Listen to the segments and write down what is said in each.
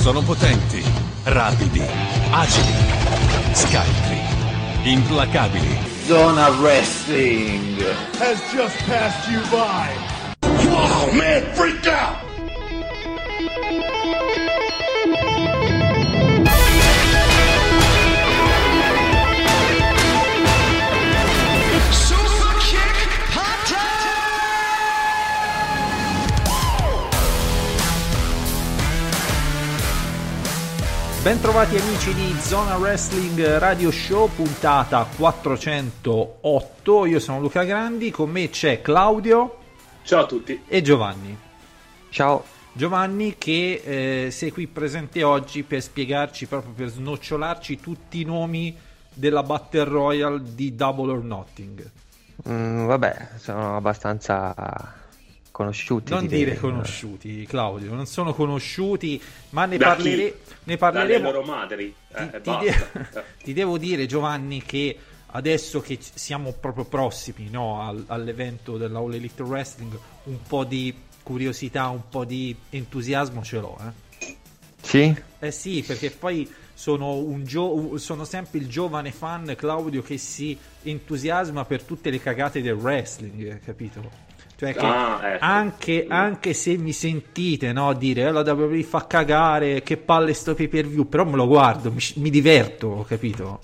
Sono potenti, rapidi, agili, scaltri, implacabili. Zona Wrestling has just passed you by. Wow, man, freak out! Bentrovati amici di Zona Wrestling Radio Show, puntata 408. Io sono Luca Grandi, con me c'è Claudio. Ciao a tutti. E Giovanni. Ciao. Giovanni che sei qui presente oggi per spiegarci, proprio per snocciolarci tutti i nomi della Battle Royale di Double or Nothing. Vabbè, sono abbastanza conosciuti. Non dire conosciuti, Claudio, non sono conosciuti, ma ne parleremo. Dalle loro madri. Ti devo dire, Giovanni, che adesso che siamo proprio prossimi, no, all'evento della All Elite Wrestling, un po' di curiosità, un po' di entusiasmo ce l'ho, Sì? Sì, perché poi sono sempre il giovane fan, Claudio, che si entusiasma per tutte le cagate del wrestling, capito? Cioè che anche se mi sentite, no, dire la WWE fa cagare, che palle sto pay per view, però me lo guardo, mi diverto, capito?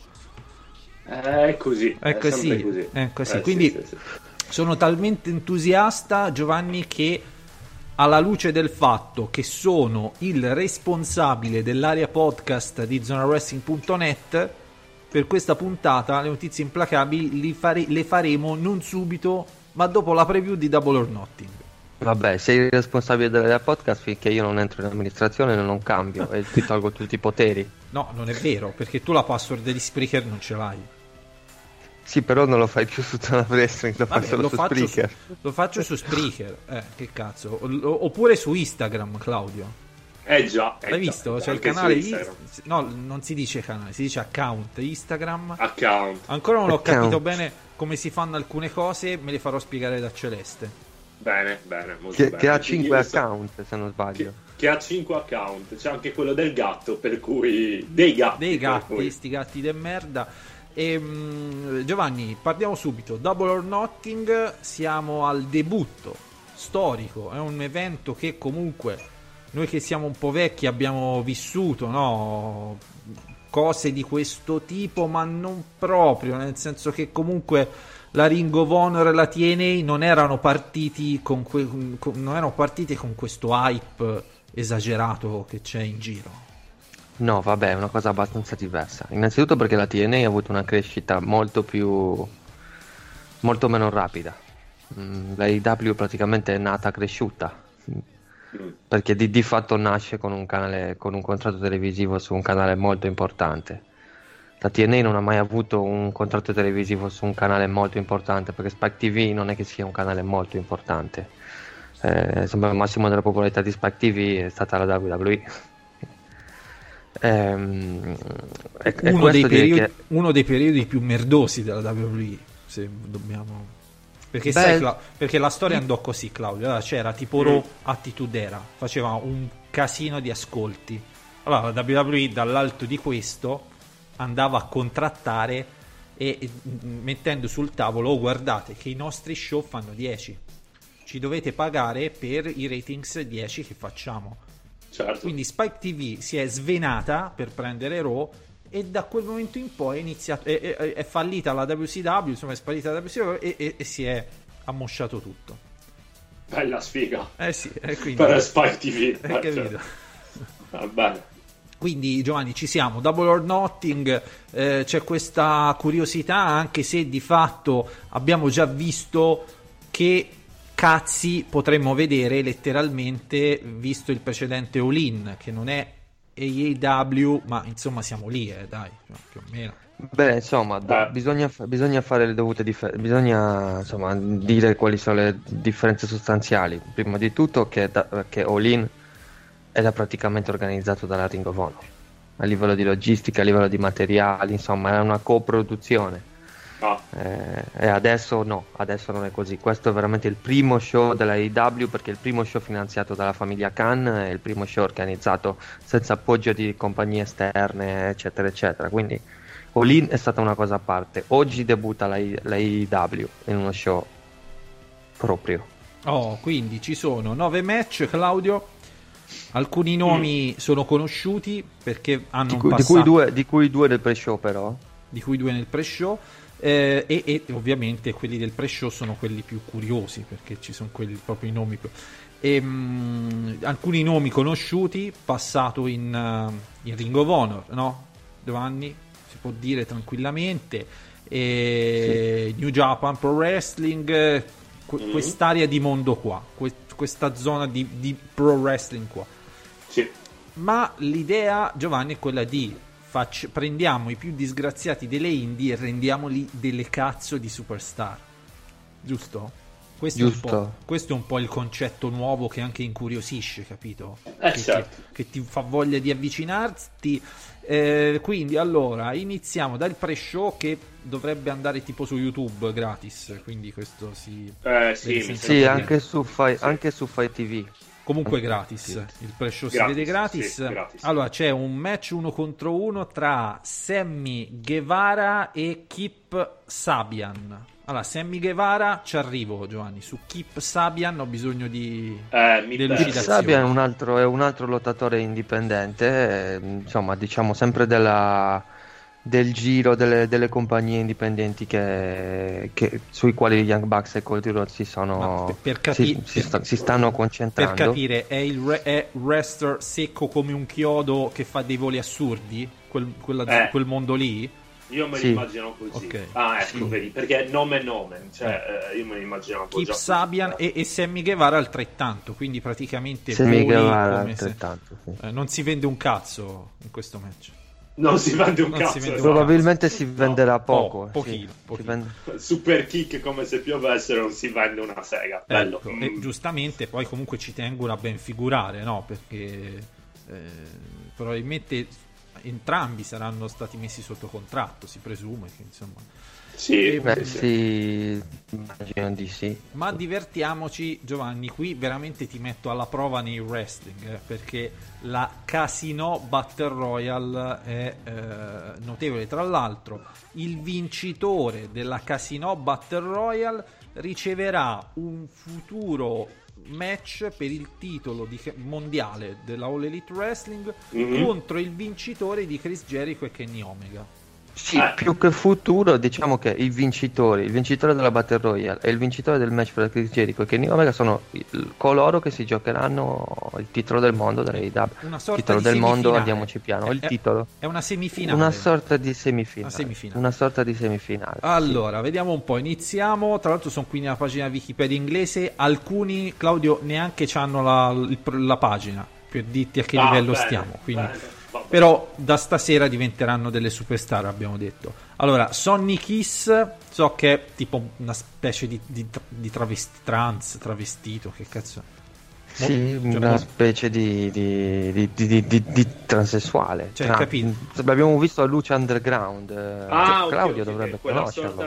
È così. È così. Quindi sì. Sono talmente entusiasta, Giovanni, che alla luce del fatto che sono il responsabile dell'area podcast di zonawrestling.net, per questa puntata le notizie implacabili le faremo non subito, ma dopo la preview di Double or Nothing. Vabbè, sei il responsabile della podcast finché io non entro in amministrazione, non cambio e ti tolgo tutti i poteri. No, non è vero, perché tu la password degli Spreaker non ce l'hai. Sì, però non lo fai più su Zona Wrestling, lo fai solo su Spreaker. Lo faccio su Spreaker, che cazzo. Oppure su Instagram, Claudio. Già. L'hai visto? C'è il canale no, non si dice canale, si dice account Instagram. Ancora non ho capito bene come si fanno alcune cose, me le farò spiegare da Celeste. Bene, molto bene. Che ha 5 account, se non sbaglio. Che ha 5 account, c'è anche quello del gatto, per cui dei gatti, sti gatti de merda. Giovanni, parliamo subito. Double or Nothing, siamo al debutto storico, è un evento che comunque noi che siamo un po' vecchi abbiamo vissuto, no, cose di questo tipo, ma non proprio, nel senso che comunque la Ring of Honor e la TNA non erano partiti con questo hype esagerato che c'è in giro. No, vabbè, è una cosa abbastanza diversa. Innanzitutto perché la TNA ha avuto una crescita molto meno rapida. La AEW praticamente è nata cresciuta, perché di fatto nasce con un canale, con un contratto televisivo su un canale molto importante. La TNA non ha mai avuto un contratto televisivo su un canale molto importante, perché Spike TV non è che sia un canale molto importante. Insomma, il massimo della popolarità di Spike TV è stata la WWE. Uno dei periodi più merdosi della WWE, se dobbiamo... Perché la storia andò così, Claudio. Allora, c'era tipo Raw Attitude Era, faceva un casino di ascolti. Allora la WWE dall'alto di questo andava a contrattare e mettendo sul tavolo: guardate che i nostri show fanno 10, ci dovete pagare per i ratings 10 che facciamo. Certo. Quindi Spike TV si è svenata per prendere Raw, e da quel momento in poi è iniziato, è fallita la WCW, insomma è sparita la WCW e si è ammosciato tutto. Bella sfiga. Sì, quindi, per Spike TV. Capito. Va bene. Quindi Giovanni, ci siamo, Double or Nothing, c'è questa curiosità, anche se di fatto abbiamo già visto che cazzi potremmo vedere letteralmente, visto il precedente All In, che non è AEW, ma insomma siamo lì, dai, più o meno. Beh, insomma, bisogna fare le dovute bisogna, insomma, dire quali sono le differenze sostanziali. Prima di tutto che All In era praticamente organizzato dalla Ring of Honor, a livello di logistica, a livello di materiali, insomma, era una coproduzione. E adesso no, adesso non è così. Questo è veramente il primo show della AEW, perché è il primo show finanziato dalla famiglia Khan, è il primo show organizzato senza appoggio di compagnie esterne, eccetera eccetera, quindi All In è stata una cosa a parte. Oggi debutta la AEW in uno show proprio. Quindi ci sono 9 match, Claudio. Alcuni nomi sono conosciuti perché hanno un passato, di cui due nel pre-show, però. Di cui 2 nel pre-show. E ovviamente quelli del pre-show sono quelli più curiosi, perché ci sono quelli proprio i nomi più... alcuni nomi conosciuti, passato in Ring of Honor, no? Giovanni, si può dire tranquillamente, sì. New Japan Pro Wrestling, quest'area di mondo qua, questa zona di pro wrestling qua. Sì. Ma l'idea, Giovanni, è quella di prendiamo i più disgraziati delle indie e rendiamoli delle cazzo di superstar, giusto? Questo è un po' il concetto nuovo che anche incuriosisce, capito? Che ti fa voglia di avvicinarti. Quindi allora iniziamo dal pre-show, che dovrebbe andare tipo su YouTube gratis, quindi questo sì, anche su Fight TV. Comunque gratis, il pre-show si vede gratis. Sì, gratis. Allora c'è un match 1 contro 1 tra Sammy Guevara e Kip Sabian. Allora, Sammy Guevara ci arrivo, Giovanni. Su Kip Sabian ho bisogno di Kip Sabian è un altro lottatore indipendente, insomma, diciamo sempre del giro delle compagnie indipendenti sui quali gli Young Bucks e Cody Rhodes si stanno concentrando. Per capire, è wrestler secco come un chiodo che fa dei voli assurdi? Quel mondo lì? Io me li immagino così. Okay. Vedi, perché nome, cioè io me li immagino così. Kip Sabian e Sammy Guevara altrettanto, quindi praticamente Sammy Guevara altrettanto, sì. Non si vende un cazzo in questo match. Non si vende un cazzo. Probabilmente si venderà poco. Pochino. Super kick come se piovessero, non si vende una sega. Bello. E giustamente poi comunque ci tengono a ben figurare, no? Perché probabilmente entrambi saranno stati messi sotto contratto, si presume che insomma. Sì, immagino di sì. Ma divertiamoci, Giovanni, qui veramente ti metto alla prova nei wrestling, perché la Casino Battle Royale è notevole. Tra l'altro il vincitore della Casino Battle Royale riceverà un futuro match per il titolo mondiale della All Elite Wrestling contro il vincitore di Chris Jericho e Kenny Omega. Sì, più che futuro, diciamo che il vincitore della Battle Royale e il vincitore del match per Chris Jericho e Kenny Omega sono coloro che si giocheranno il titolo del mondo della AEW. Una sorta titolo di del semifinale. Mondo, andiamoci piano. Il titolo è una semifinale. Una sorta di semifinale. Allora, vediamo un po'. Iniziamo. Tra l'altro sono qui nella pagina Wikipedia inglese. Alcuni, Claudio, neanche c'hanno la pagina per dirti a che livello stiamo. Quindi. Però da stasera diventeranno delle superstar, abbiamo detto. Allora, Sonny Kiss, so che è tipo una specie di travestito, che cazzo è? Sì, una specie di transessuale. Cioè, capito? L'abbiamo visto a Lucha Underground. Claudio dovrebbe conoscerlo.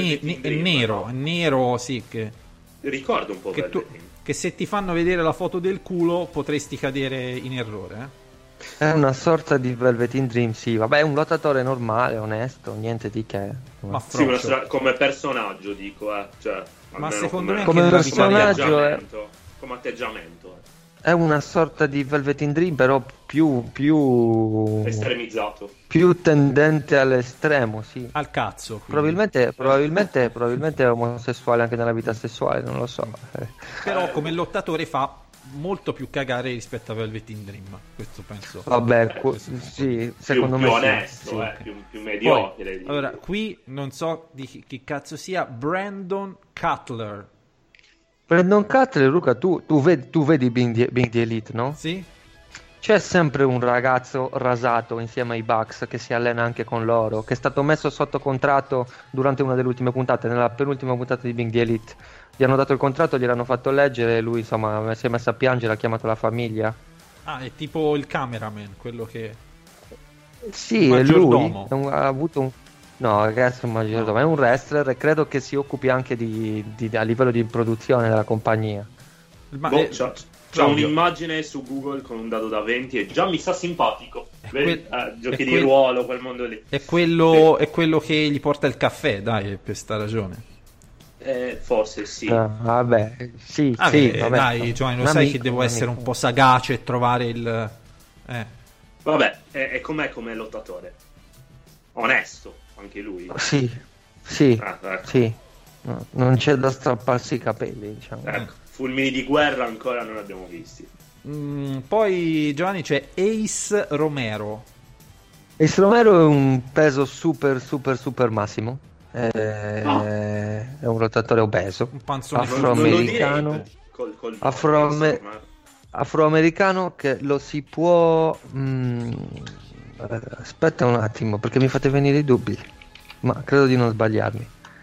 Nero, sì, che ricordo un po' che se ti fanno vedere la foto del culo potresti cadere in errore, È una sorta di Velveteen Dream, sì, vabbè, è un lottatore normale, onesto, niente di che. Ma sì, come personaggio dico, cioè, ma secondo me come personaggio come atteggiamento. È una sorta di Velveteen Dream, però più estremizzato, più tendente all'estremo, sì. Al cazzo. Probabilmente è omosessuale anche nella vita sessuale, non lo so. Però come lottatore fa molto più cagare rispetto a Velveteen Dream, questo penso. Vabbè, sì, secondo me più onesto, sì. Più mediocre. Allora, qui non so di chi cazzo sia Brandon Cutler. Luca, tu vedi Being the Elite, no? Sì. C'è sempre un ragazzo rasato insieme ai Bucks che si allena anche con loro, che è stato messo sotto contratto durante una delle ultime puntate, nella penultima puntata di Being the Elite. Gli hanno dato il contratto, gliel'hanno fatto leggere e lui insomma si è messo a piangere, ha chiamato la famiglia. Ah, è tipo il cameraman, quello che... Sì, è lui, ha avuto No, ragazzi, è un wrestler e credo che si occupi anche a livello di produzione della compagnia. C'è un'immagine su Google con un dado da 20 e già mi sta simpatico. Giochi di ruolo, quel mondo lì. È quello che gli porta il caffè, dai, per sta ragione. Forse sì. Vabbè, sì, vabbè. Dai, Giovanni, lo sai che devo essere un po' sagace e trovare il... Vabbè, è com'è come lottatore. Onesto, anche lui. Sì. Ecco. Sì. No, non c'è da strapparsi i capelli, diciamo. Ecco, fulmini di guerra ancora non abbiamo visti. Poi, Giovanni, c'è Ace Romero. Ace Romero è un peso super massimo. È un lottatore obeso, Un panzone afroamericano. Afroamericano che lo si può aspetta un attimo perché mi fate venire i dubbi, ma credo di non sbagliarmi,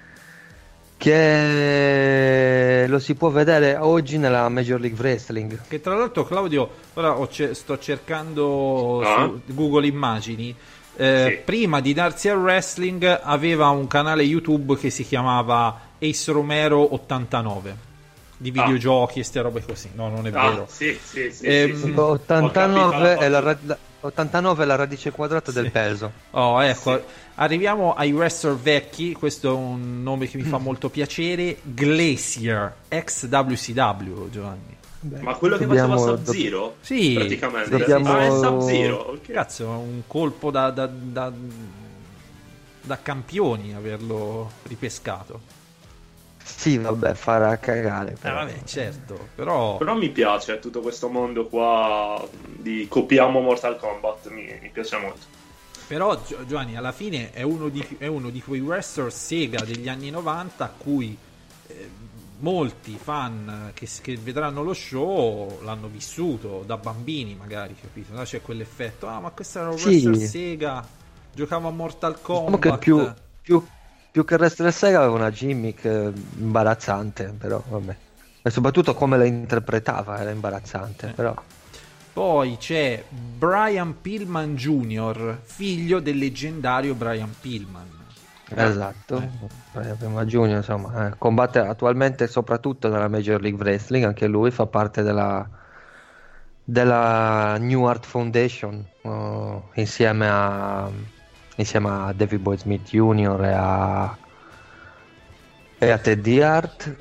che lo si può vedere oggi nella Major League Wrestling, che tra l'altro, Claudio, ora sto cercando su Google Immagini. Sì. Prima di darsi al wrestling aveva un canale YouTube che si chiamava Ace Romero 89 di videogiochi e ste robe così. No, non è vero. Sì. 89 è la radice quadrata del peso. Ecco, arriviamo ai wrestler vecchi. Questo è un nome che mi fa molto piacere. Glacier, ex WCW, Giovanni. Ma quello che faceva Sub-Zero? Sì, praticamente. È Sub-Zero. Okay. Cazzo, un colpo da campioni averlo ripescato. Sì, vabbè, farà cagare. Vabbè, certo, però mi piace tutto questo mondo qua di copiamo Mortal Kombat, mi piace molto. Però Giovanni, alla fine è uno di quei wrestler Sega degli anni 90 a cui molti fan che vedranno lo show l'hanno vissuto da bambini, magari, capito? No? C'è quell'effetto, ma questo era un wrestler Sega, giocava a Mortal Kombat. Diciamo che più che wrestler Sega aveva una gimmick imbarazzante, però vabbè. E soprattutto come la interpretava era imbarazzante, però. Poi c'è Brian Pillman Jr., figlio del leggendario Brian Pillman. Esatto, Prima Junior, insomma, combatte attualmente soprattutto nella Major League Wrestling, anche lui fa parte della New Art Foundation, insieme a Davey Boy Smith Jr. e a Teddy Hart,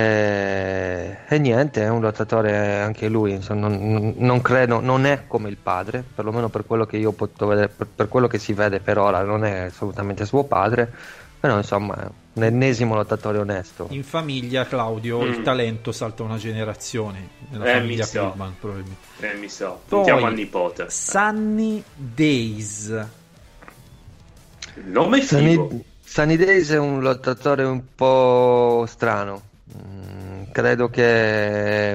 e niente, è un lottatore anche lui, insomma, non credo, non è come il padre, perlomeno per quello che io ho potuto vedere, per quello che si vede per ora non è assolutamente suo padre, però insomma è un ennesimo lottatore onesto. In famiglia, Claudio, il talento salta una generazione nella famiglia Pillman, probabilmente. Mi so, puntiamo al nipote. Sunny Days. Il nome è figo. Sunny Days è un lottatore un po' strano. Credo che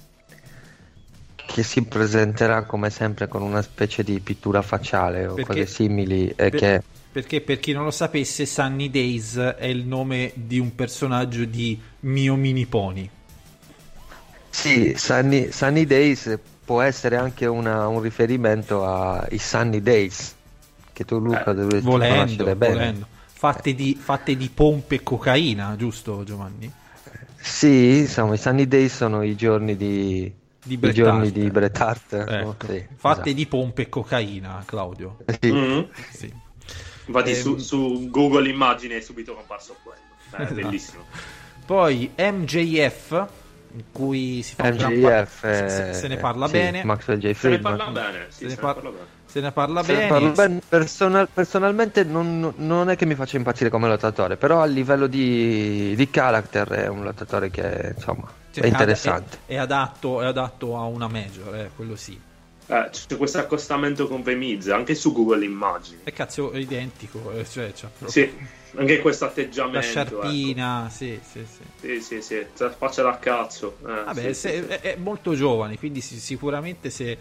si presenterà come sempre con una specie di pittura facciale o cose simili perché per chi non lo sapesse, Sunny Days è il nome di un personaggio di Mio Mini Pony. Sì, Sunny Days può essere anche un riferimento ai Sunny Days che tu, Luca, dovresti conoscere bene. Volendo. Fatte di pompe e cocaina, giusto, Giovanni? Sì, insomma, i Sunny Days sono i giorni di Bret Hart. Ecco. Sì, fatte esatto. Di pompe e cocaina, Claudio. Sì. Mm-hmm. Sì. Infatti su Google Immagine è subito comparso quello. Esatto. Bellissimo. Poi MJF, in cui si fa se ne parla bene. Maxwell J. Friedman. Se ne parla bene. Personalmente non è che mi faccia impazzire come lottatore, però a livello di character è un lottatore che insomma è interessante. È adatto a una major, quello sì. C'è questo accostamento con Vemiz anche su Google Immagini. È cazzo identico, cioè c'ha proprio... Sì, anche questo atteggiamento. La sciarpina, ecco. Sì, faccia da cazzo. Vabbè, è molto giovane, quindi sicuramente se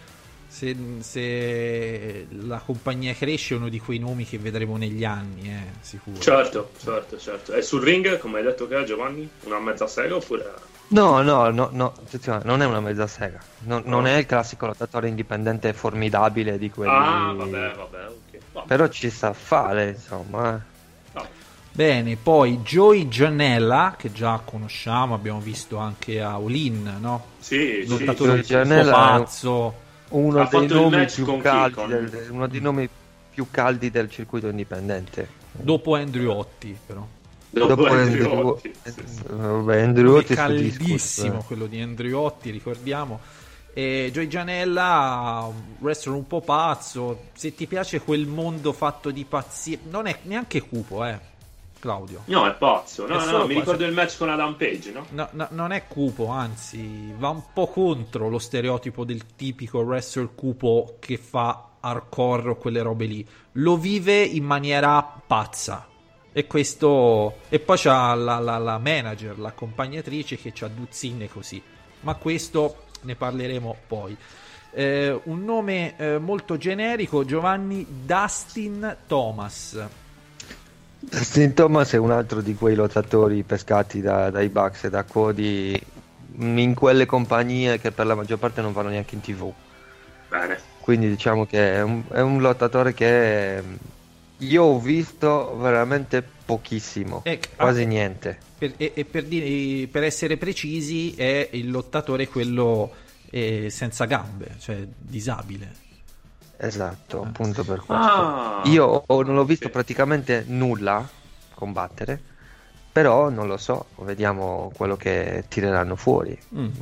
la compagnia cresce è uno di quei nomi che vedremo negli anni, sicuro. Certo. E sul ring, come hai detto che è, Giovanni? Una mezza sega oppure... No, attenzione, non è una mezza sega. Non è il classico lottatore indipendente formidabile di quelli. Vabbè, ok. Però ci sa fare, insomma. Bene, poi Joey Janela, che già conosciamo, abbiamo visto anche a All-In, no? Sì, lottatore pazzo. Uno dei nomi più caldi del circuito indipendente. Dopo Andrew Otti, però. Dopo Andrew Otti. Andrew Otti è caldissimo quello di Andrew Otti, ricordiamo. E Joey Janela, un wrestler un po' pazzo. Se ti piace quel mondo fatto di pazzie, non è neanche cupo, Claudio. No, è pazzo. No, mi ricordo il match con Adam Page, no? No, non è cupo, anzi, va un po' contro lo stereotipo del tipico wrestler cupo che fa hardcore o quelle robe lì. Lo vive in maniera pazza. E questo. E poi c'ha la manager, l'accompagnatrice che c'ha duzzine così. Ma questo ne parleremo poi. Un nome molto generico, Giovanni Dustin Thomas. Dustin Thomas è un altro di quei lottatori pescati dai Bucks e da Cody in quelle compagnie che per la maggior parte non vanno neanche in TV. Bene. Quindi diciamo che è un lottatore che io ho visto veramente pochissimo, quasi niente. Per essere precisi, è il lottatore quello senza gambe, cioè disabile. Esatto, appunto per questo. Io non l'ho visto praticamente nulla combattere, però non lo so, vediamo quello che tireranno fuori.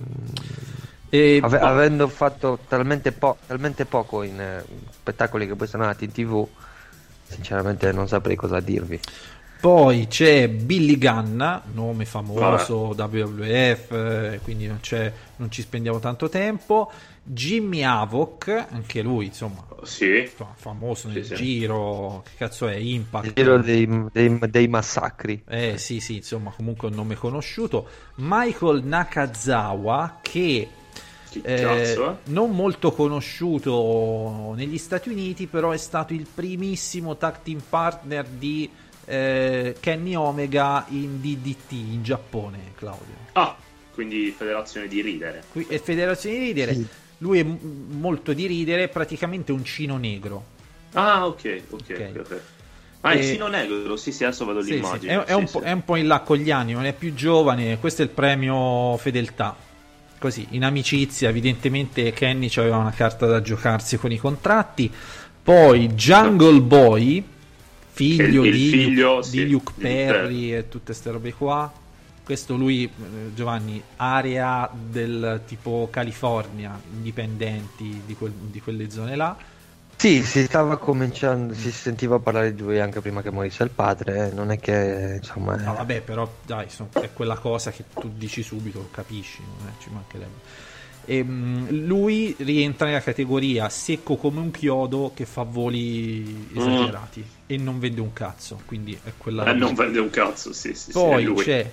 Avendo fatto talmente poco in spettacoli che poi sono andati in TV, sinceramente non saprei cosa dirvi. Poi c'è Billy Gunn, nome famoso, WWF, quindi non ci spendiamo tanto tempo. Jimmy Havoc, anche lui insomma famoso nel giro, che cazzo è, Impact, il giro dei massacri, sì, insomma comunque un nome conosciuto. Michael Nakazawa, che non molto conosciuto negli Stati Uniti, però è stato il primissimo tag team partner di Kenny Omega in DDT in Giappone, Claudio. Quindi federazione di ridere. È federazione di ridere. Sì. Lui è molto di ridere, praticamente un cino negro. Ok. Il cino negro, sì, adesso vedo l'immagine. È un po' in là con gli anni, non è più giovane. Questo è il premio fedeltà. Così, in amicizia, evidentemente Kenny aveva una carta da giocarsi con i contratti. Poi Jungle Boy, figlio di Luke Perry e tutte queste robe qua. Questo lui, Giovanni, area del tipo California, indipendenti di quelle zone là. Sì, si sentiva parlare di lui anche prima che morisse il padre, non è che insomma. No, vabbè, però dai, è quella cosa che tu dici subito, capisci, ci mancherebbe. Lui rientra nella categoria secco come un chiodo che fa voli esagerati e non vende un cazzo, quindi è quella non vende un cazzo, sì. Poi c'è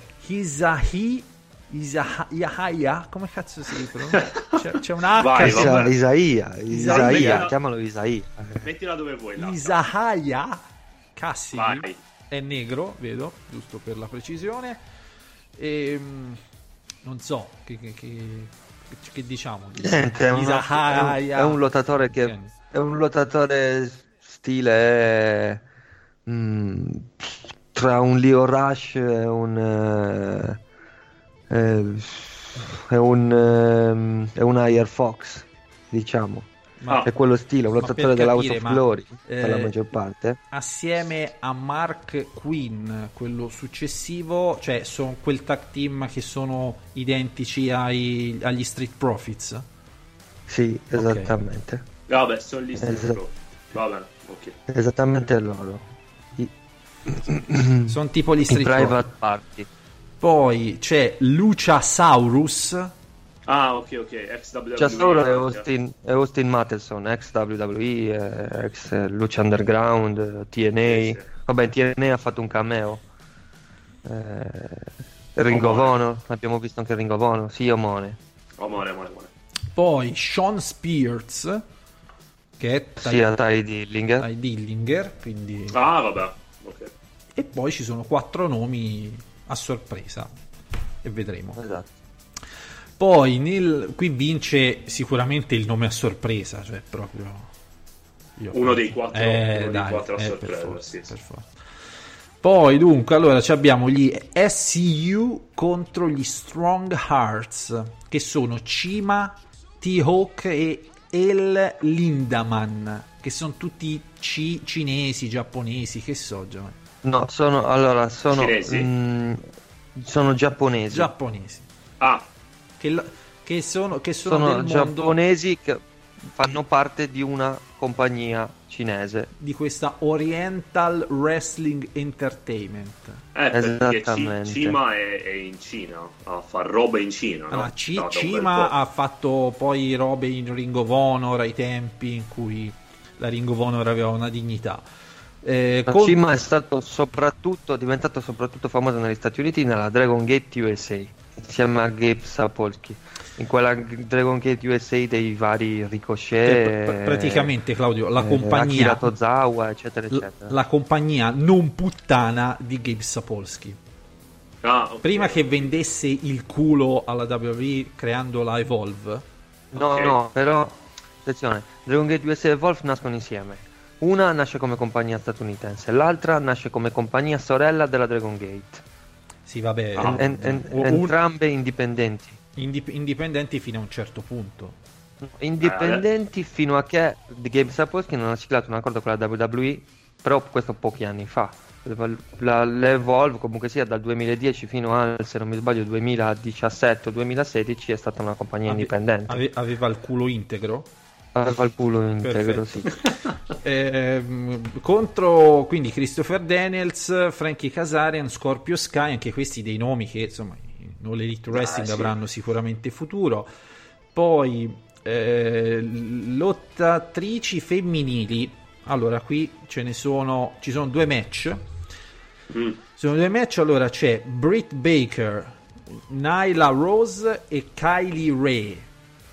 Isaiah, come cazzo si pronuncia? C'è un H. Isaia, chiamalo Isaia. Mettila dove vuoi. Isaiah Cassidy è negro, vedo, giusto per la precisione. Non so che diciamo. Niente, è un lottatore che è un lottatore stile tra un Leo Rush e un Air Fox, diciamo. È quello stile, un lottatore dell'House of Glory per la maggior parte. Assieme a Mark Quinn, quello successivo, cioè sono quel tag team che sono identici agli Street Profits. Sì, esattamente. Vabbè, sono gli Street Profits. Va bene, ok. Esattamente loro. Sono tipo gli Street Private Party. Poi c'è Luchasaurus. Ok, ex WWE. Luchasaurus è Austin Matteson, ex WWE, ex Lucha Underground, TNA. Sì. Vabbè, TNA ha fatto un cameo. Ring of Honor, abbiamo visto anche Ring of Honor. Sì, Omone. Poi Sean Spears, che è Ty Dillinger, quindi. Vabbè, ok. E poi ci sono 4 nomi a sorpresa e vedremo. Esatto. Poi qui vince sicuramente il nome a sorpresa, cioè proprio uno dei 4 a sorpresa, per forza. Poi dunque, allora abbiamo gli SCU contro gli Strong Hearts, che sono Cima, T-Hawk e El Lindaman, che sono tutti cinesi, giapponesi, che so, Giovanni. No, sono giapponesi. Giapponesi. Ah. Che sono del giapponesi mondo, che fanno parte di una compagnia cinese, di questa Oriental Wrestling Entertainment. Perché Cima è in Cina, a far robe in Cina, no? Allora, Cima ha fatto poi robe in Ring of Honor ai tempi in cui la Ring of Honor aveva una dignità. Cima è diventato soprattutto famoso negli Stati Uniti nella Dragon Gate USA insieme a Gabe Sapolsky, in quella Dragon Gate USA dei vari Ricochet, praticamente, Claudio, la compagnia Akira Tozawa, eccetera eccetera, la compagnia non puttana di Gabe Sapolsky. Okay. Prima che vendesse il culo alla WWE creando la Evolve. No, però attenzione, Dragon Gate USA e Evolve nascono insieme. Una nasce come compagnia statunitense, l'altra nasce come compagnia sorella della Dragon Gate. Sì, vabbè. Entrambe indipendenti. Indipendenti fino a un certo punto. Indipendenti fino a che Gabe Sapolsky non ha siglato un accordo con la WWE, però questo pochi anni fa. L'Evolve comunque sia dal 2010 fino al, se non mi sbaglio, 2017 o 2016 è stata una compagnia indipendente. Aveva il culo integro? Aveva il culo integro, sì. Contro quindi Christopher Daniels, Frankie Kazarian, Scorpio Sky, anche questi dei nomi che insomma in Elite Wrestling avranno sicuramente futuro. Poi lottatrici femminili. Allora qui ci sono due match. Sono due match. Allora c'è Britt Baker, Nyla Rose e Kylie Ray.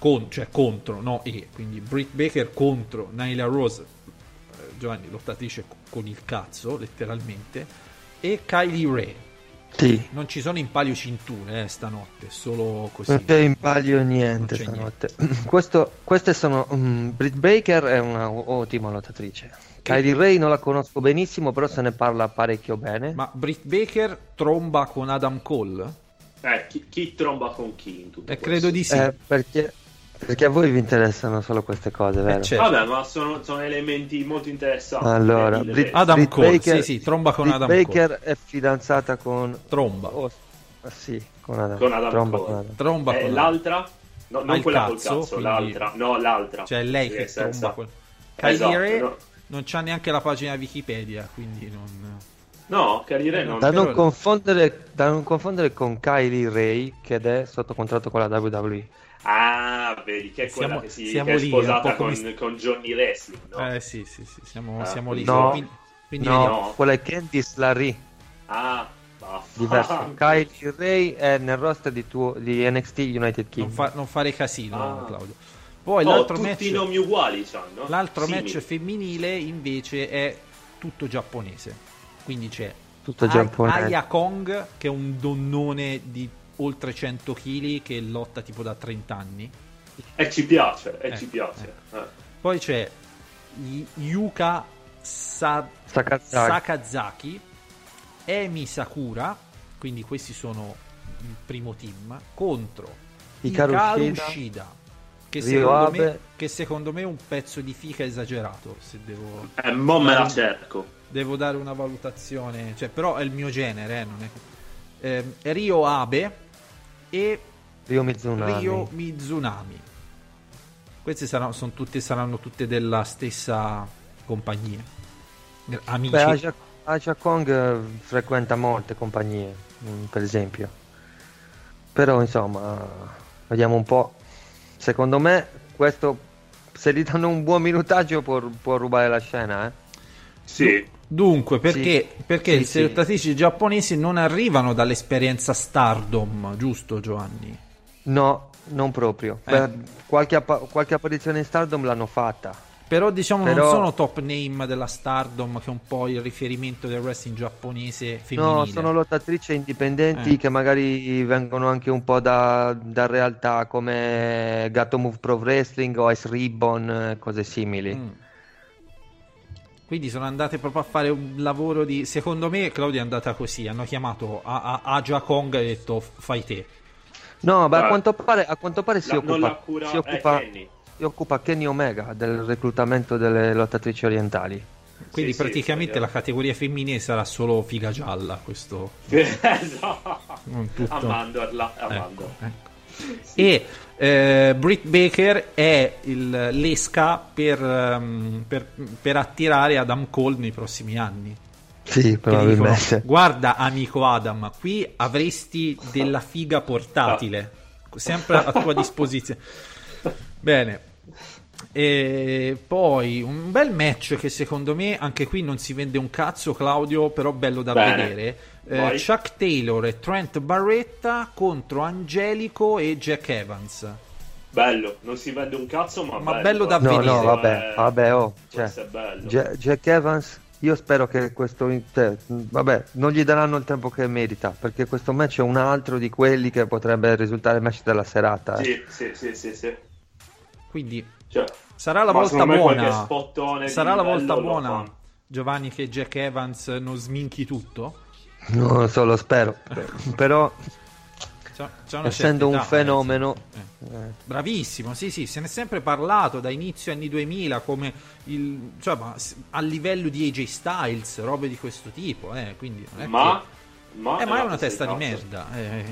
Quindi Britt Baker contro Nyla Rose, Giovanni, lottatrice con il cazzo letteralmente, e Kylie Ray. Sì. Non ci sono in palio cinture stanotte, solo così. Non c'è in palio niente stanotte. Queste sono Britt Baker è una ottima lottatrice. Kylie Ray non la conosco benissimo, però se ne parla parecchio bene. Ma Britt Baker tromba con Adam Cole? Chi tromba con chi in tutto credo di sì. Perché a voi vi interessano solo queste cose, vero? Certo. Vabbè, ma sono elementi molto interessanti. Allora, Adam Cole, Baker, sì, tromba con Adam Cole. Baker è fidanzata con... Tromba. Sì, con Adam Cole. Tromba con l'altra? No, non quella cazzo, col cazzo, quindi... l'altra. No, l'altra. Cioè lei che tromba con... Kylie Ray non c'ha neanche la pagina Wikipedia, quindi non... No, Kylie Ray non... Da non confondere con Kylie Ray, che è sotto contratto con la WWE. Ah, vedi, che è quella che è sposata con Johnny Wrestling, no? Sì, siamo lì. No, quindi no, quella è Candice LeRae. Ah, diverso. Kylie Ray è nel roster di NXT United Kingdom. Non fare casino, Claudio. Poi l'altro tutti match, i nomi uguali c'hanno. L'altro match femminile invece è tutto giapponese. Quindi c'è Aya Kong, che è un donnone di oltre 100 kg che lotta tipo da 30 anni. E ci piace. Poi c'è Yuka Sakazaki, Emi Sakura, quindi questi sono il primo team, contro Hikaru Shida, che secondo me è un pezzo di fica esagerato, se devo... mo me la cerco. Devo dare una valutazione, però è il mio genere, non è... Ryo Abe e Ryo Mizunami. Queste saranno tutte della stessa compagnia, amici. Aja Kong frequenta molte compagnie, per esempio, però insomma vediamo un po'. Secondo me questo, se gli danno un buon minutaggio, può rubare la scena, Sì. Dunque, perché le lottatrici giapponesi non arrivano dall'esperienza Stardom, giusto Giovanni? No, non proprio. Qualche apparizione in Stardom l'hanno fatta. Però non sono top name della Stardom, che è un po' il riferimento del wrestling giapponese femminile. No, sono lottatrici indipendenti che magari vengono anche un po' da realtà come Gato Move Pro Wrestling o Ice Ribbon, cose simili. Quindi sono andate proprio a fare un lavoro di... Secondo me Claudia è andata così, hanno chiamato Aja Kong e detto fai te. No, beh, a quanto pare si occupa Kenny Omega del reclutamento delle lottatrici orientali. Quindi praticamente la categoria femminile sarà solo figa gialla, questo. Non tutto. A Mandorla. Ecco. Sì. E Britt Baker è l'esca per attirare Adam Cole nei prossimi anni. Sì, probabilmente. Dicono, guarda amico Adam, qui avresti della figa portatile, sempre a tua disposizione. Bene. E poi un bel match che secondo me anche qui non si vende un cazzo, Claudio, però bello da vedere. Chuck Taylor e Trent Barretta contro Angelico e Jack Evans. Bello, non si vende un cazzo, ma bello da vedere. No, vabbè, cioè, Jack Evans, io spero che questo vabbè, non gli daranno il tempo che merita, perché questo match è un altro di quelli che potrebbe risultare il match della serata. Sì. Quindi sarà la volta buona. Sarà la volta buona, Giovanni, che Jack Evans non sminchi tutto? Non lo so, lo spero. Però c'è essendo un fenomeno bravissimo, sì, se ne è sempre parlato da inizio anni 2000 come a livello di AJ Styles, robe di questo tipo, quindi non è ma è una testa di merda.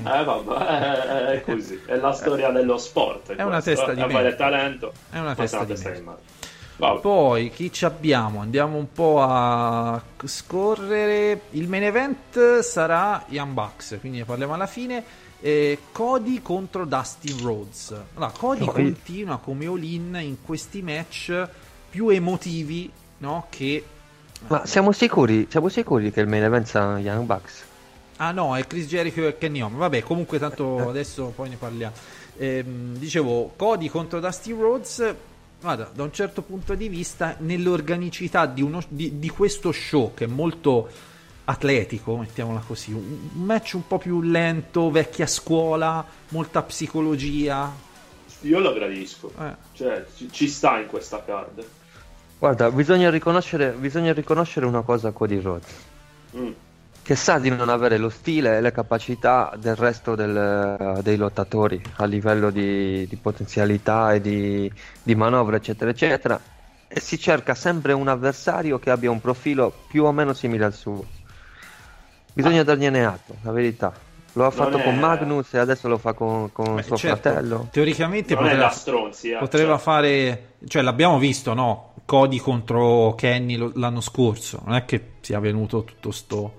Vabbè, è così. È la storia dello sport. È una testa di merda. Talento. È una testa di merda. Poi chi ci abbiamo? Andiamo un po' a scorrere. Il main event sarà Young Bucks, quindi ne parliamo alla fine. Cody contro Dustin Rhodes. Allora, Cody continua come all-in in questi match più emotivi, no? Che ma siamo sicuri che il main event sarà Young Bucks? Ah no, è Chris Jericho e Kenny Omega. Vabbè, comunque tanto adesso poi ne parliamo. Dicevo, Cody contro Dustin Rhodes. Guarda, da un certo punto di vista, nell'organicità di questo show, che è molto atletico, mettiamola così, un match un po' più lento, vecchia scuola, molta psicologia. Io lo gradisco, cioè ci sta in questa card. Guarda, bisogna riconoscere una cosa a Cody Rhodes, che sa di non avere lo stile e le capacità del resto dei lottatori a livello di potenzialità e di manovra, eccetera eccetera, e si cerca sempre un avversario che abbia un profilo più o meno simile al suo. Bisogna dargliene atto, la verità. Lo ha fatto con Magnus e adesso lo fa con suo fratello. Teoricamente poteva fare, cioè l'abbiamo visto, no? Cody contro Kenny l'anno scorso, non è che sia venuto tutto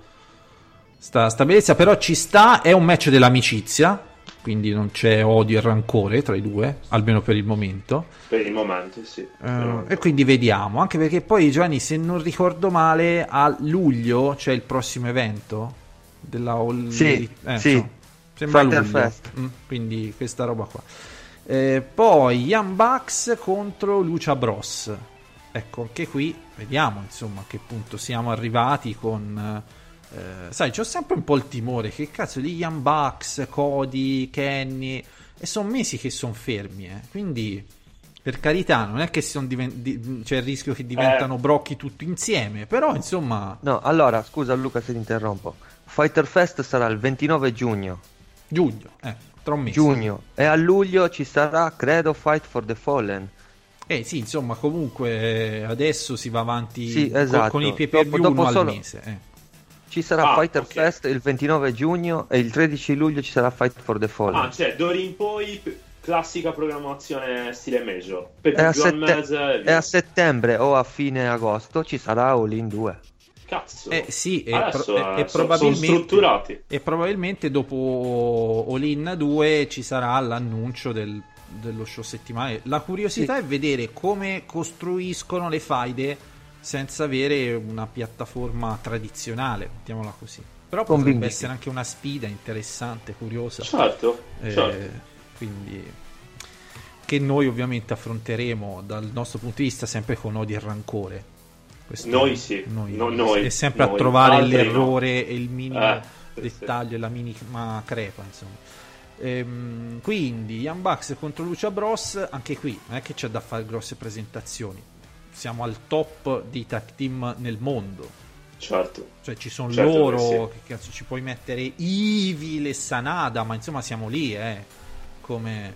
sta bellezza, però ci sta, è un match dell'amicizia, quindi non c'è odio e rancore tra i due, almeno per il momento. Per il momento, sì. E quindi vediamo, anche perché poi, Giovanni, se non ricordo male, a luglio c'è il prossimo evento della sì. Sembra luglio. Quindi questa roba qua. Poi Young Bucks contro Lucha Bros. Ecco, anche qui vediamo insomma a che punto siamo arrivati con... sai, c'ho sempre un po' il timore che cazzo di Young Bucks, Cody, Kenny, e sono mesi che sono fermi, quindi per carità non è che c'è il rischio che diventano brocchi tutti insieme, però insomma... No, allora, scusa Luca se ti interrompo, Fighter Fest sarà il 29 giugno, tra un mese. Giugno, e a luglio ci sarà, credo, Fight for the Fallen. Sì, insomma, comunque adesso si va avanti con i pay-per-view dopo al mese. Ci sarà Fighter Fest il 29 giugno e il 13 luglio ci sarà Fight for the Fallen. Cioè, d'ora in poi classica programmazione stile Major. E a settembre o a fine agosto ci sarà All In 2. Cazzo. Sì, probabilmente sono strutturati. E probabilmente dopo All In 2 ci sarà l'annuncio dello show settimanale. La curiosità è vedere come costruiscono le faide senza avere una piattaforma tradizionale, mettiamola così. Però potrebbe essere anche una sfida interessante, curiosa. Certo. Quindi che noi ovviamente affronteremo dal nostro punto di vista sempre con odio e rancore. Noi sì. Noi. E sempre a trovare l'errore e il minimo dettaglio e la minima crepa, insomma. Quindi Young Bucks contro Lucha Bros, anche qui non è che c'è da fare grosse presentazioni. siamo al top dei tag team nel mondo. Certo. Cioè ci sono certo loro, che cazzo ci puoi mettere Evil e Sanada, ma insomma siamo lì, come...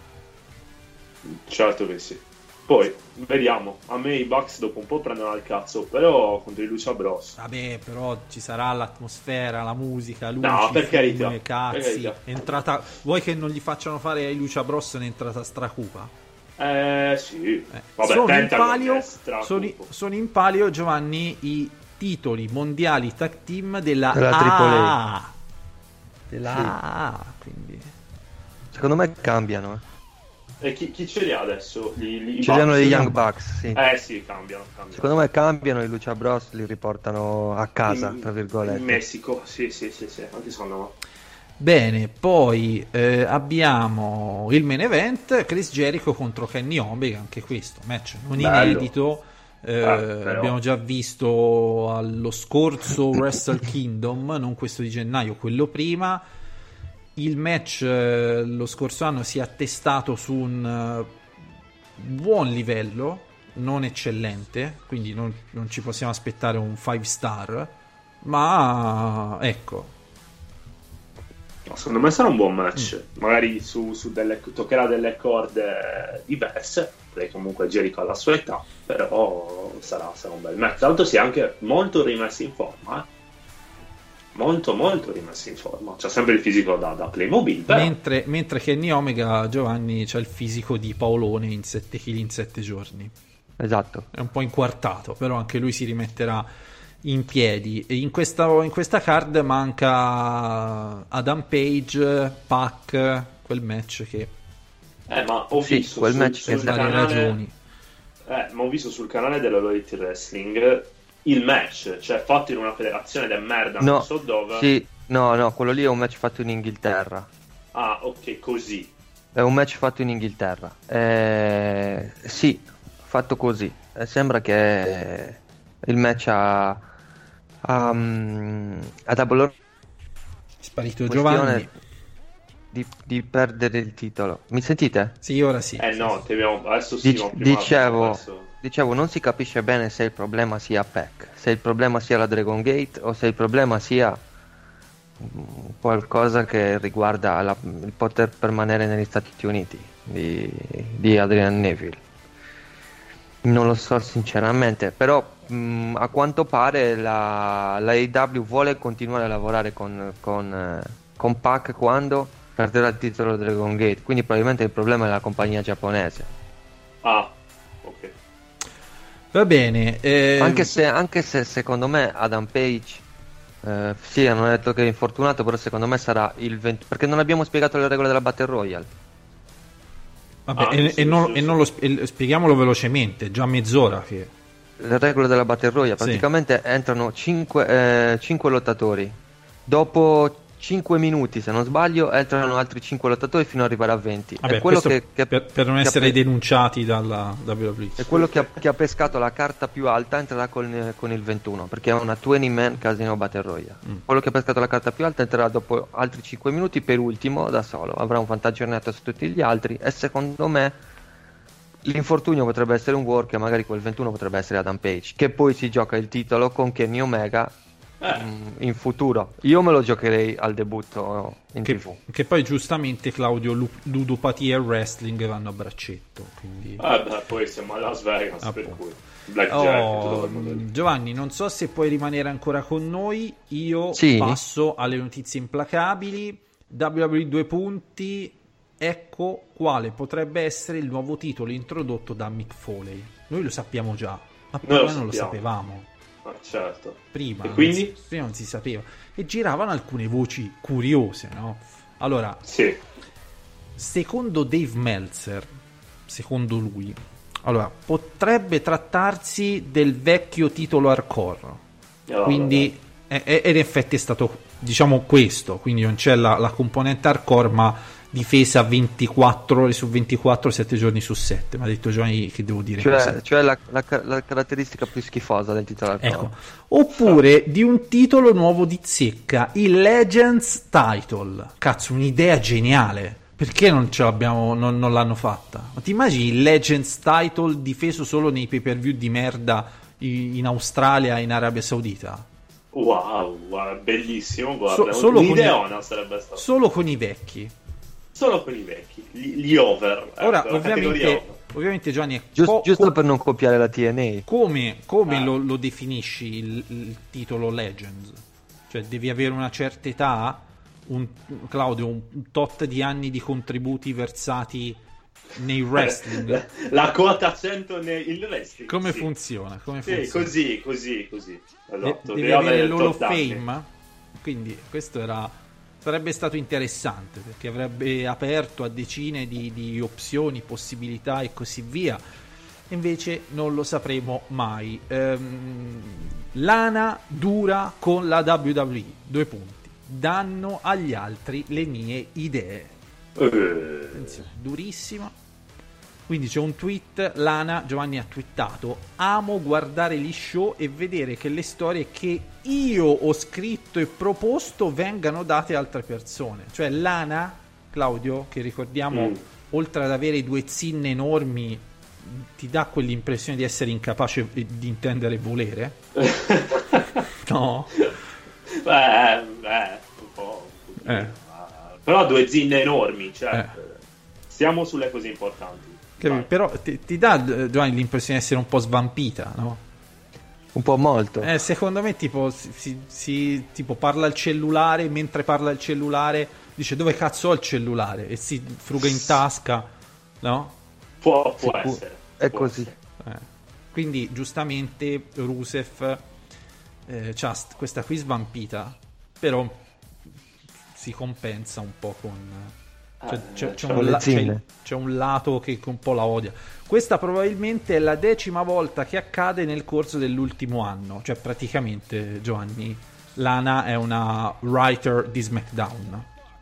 Certo che sì. Poi, vediamo, a me i Bucks dopo un po' prendono al cazzo, però contro i Lucha Bros. Vabbè, però ci sarà l'atmosfera, la musica, luci, no, per carità, cazzi. Per carità. Entrata... Vuoi che non gli facciano fare ai Lucha Bros un'entrata stracupa? Sì. Vabbè, sono in palio, Giovanni, i titoli mondiali tag team della AAA. Della AAA, quindi... Secondo me cambiano, E chi ce li ha adesso? Ce li hanno gli Young Bucks, sì. Sì, cambiano. Secondo me cambiano, i Lucha Bros li riportano a casa, tra virgolette. In Messico, sì, anche secondo me. Bene, poi abbiamo il main event, Chris Jericho contro Kenny Omega, anche questo match non inedito. Abbiamo già visto allo scorso Wrestle Kingdom, non questo di gennaio, quello prima. Il match lo scorso anno si è attestato su un buon livello, non eccellente, quindi non ci possiamo aspettare un 5 star, ma ecco. Secondo me sarà un buon match, magari toccherà delle corde diverse, perché comunque Jericho ha la sua età, però sarà un bel match. Tra l'altro si è anche molto rimesso in forma, molto rimesso in forma, c'ha sempre il fisico da Playmobil, però. Mentre Kenny Omega, Giovanni, c'ha il fisico di Paolone in 7 kg in 7 giorni. Esatto. È un po' inquartato, però anche lui si rimetterà in piedi. E in questa card manca Adam Page, Pac, quel match che ma ho visto quel match per varie ragioni. Ma ho visto sul canale della Loyalty Wrestling il match, cioè fatto in una federazione de merda, non so dove. Sì, no, quello lì è un match fatto in Inghilterra. Ah, ok, così. È un match fatto in Inghilterra. Sì, fatto così. Sembra che il match a Double or... È sparito Giovanni. Di perdere il titolo. Mi sentite? Sì, ora sì. No, ti abbiamo... adesso sì. Dicevo, non si capisce bene se il problema sia PEC, se il problema sia la Dragon Gate o se il problema sia qualcosa che riguarda il poter permanere negli Stati Uniti di Adrian Neville. Non lo so sinceramente, però a quanto pare la AEW vuole continuare a lavorare con PAC quando perderà il titolo Dragon Gate, quindi probabilmente il problema è la compagnia giapponese. Ah, ok. Va bene. Anche se secondo me Adam Page sì, hanno detto che è infortunato, però secondo me sarà il 20, perché non abbiamo spiegato le regole della Battle Royale. Vabbè, spieghiamolo velocemente, già mezz'ora che... Le regole della Battle Royale, praticamente entrano 5 lottatori, dopo 5 minuti se non sbaglio entrano altri 5 lottatori fino ad arrivare a 20. Vabbè, è quello per non essere denunciati dalla WWE. È quello che ha pescato la carta più alta entrerà con il 21, perché è una 20-man Casino Battle Royale. Quello che ha pescato la carta più alta entrerà dopo altri 5 minuti per ultimo da solo, avrà un vantaggio neto su tutti gli altri, e secondo me l'infortunio potrebbe essere un work e magari quel 21 potrebbe essere Adam Page, che poi si gioca il titolo con Kenny Omega in futuro. Io me lo giocherei al debutto in TV. Che poi giustamente, Claudio, ludopatia e wrestling vanno a braccetto, quindi... poi siamo a Las Vegas, per cui Blackjack, Giovanni, non so se puoi rimanere ancora con noi. Io passo alle notizie implacabili. WWE 2 punti. Ecco quale potrebbe essere il nuovo titolo introdotto da Mick Foley. Noi lo sappiamo già, ma prima non lo sapevamo. Certo. Prima, e quindi? Prima non si sapeva, e giravano alcune voci curiose, no? Allora, secondo Dave Meltzer, secondo lui, allora, potrebbe trattarsi del vecchio titolo hardcore, quindi in effetti è stato, diciamo, questo, quindi non c'è la componente hardcore, ma difesa 24 ore su 24, 7 giorni su 7. Mi ha detto Giovanni che devo dire, cioè la caratteristica più schifosa del titolo, ecco. Oppure di un titolo nuovo di zecca, il Legends Title. Cazzo, un'idea geniale, Perché non ce l'abbiamo, non l'hanno fatta? Ma ti immagini il Legends title difeso solo nei pay-per-view di merda in Australia e in Arabia Saudita? Wow, bellissimo, guarda, solo un'ideona sarebbe stato. Solo con i vecchi. Solo con i vecchi, gli over. Ora, ovviamente Giovanni, giusto per non copiare la TNA. Come lo definisci il titolo Legends? Cioè, devi avere una certa età, Claudio, un tot di anni di contributi versati nei wrestling. La quota 100 nel wrestling. Come sì. funziona? Sì, così. Esatto. Devi avere l'Hall of Fame. Quindi questo sarebbe stato interessante, perché avrebbe aperto a decine di opzioni, possibilità e così via. Invece non lo sapremo mai. Lana dura con la WWE, 2 punti. Danno agli altri le mie idee. Attenzione, durissima. Quindi c'è un tweet, Lana, Giovanni ha twittato: amo guardare gli show e vedere che le storie che io ho scritto e proposto vengano date a altre persone. Cioè Lana, Claudio, che ricordiamo, oltre ad avere 2 zinne enormi, ti dà quell'impressione di essere incapace di intendere e volere? No? Un po'. Però 2 zinne enormi, cioè siamo sulle cose importanti. Però ti dà, Giovanni, l'impressione di essere un po' svampita, no? Un po' molto. Secondo me tipo tipo parla al cellulare, mentre parla al cellulare dice dove cazzo ho il cellulare e si fruga in tasca, no? Può essere. È così. Quindi giustamente Rusev c'ha questa qui svampita, però si compensa un po' con... c'è un lato che un po' la odia. Questa probabilmente è la 10ª volta che accade nel corso dell'ultimo anno. Cioè praticamente, Giovanni, Lana è una writer di SmackDown.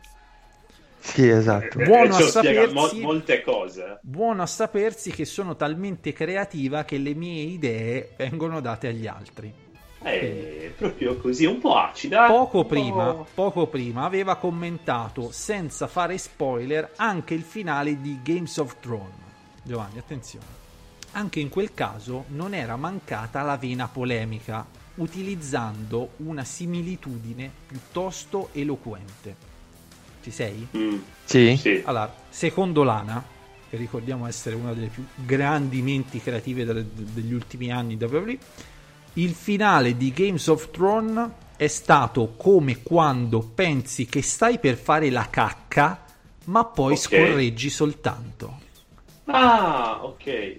Sì, esatto. Buono a sapersi, molte cose. Buono a sapersi che sono talmente creativa che le mie idee vengono date agli altri. Proprio così, un po' acida. Poco prima aveva commentato, senza fare spoiler, anche il finale di Games of Thrones. Giovanni, attenzione. Anche in quel caso non era mancata la vena polemica, utilizzando una similitudine piuttosto eloquente. Ci sei? Sì. Allora, secondo Lana, che ricordiamo essere una delle più grandi menti creative degli ultimi anni da WWE, il finale di Games of Thrones è stato come quando pensi che stai per fare la cacca, ma poi scorreggi soltanto. Ah, ok.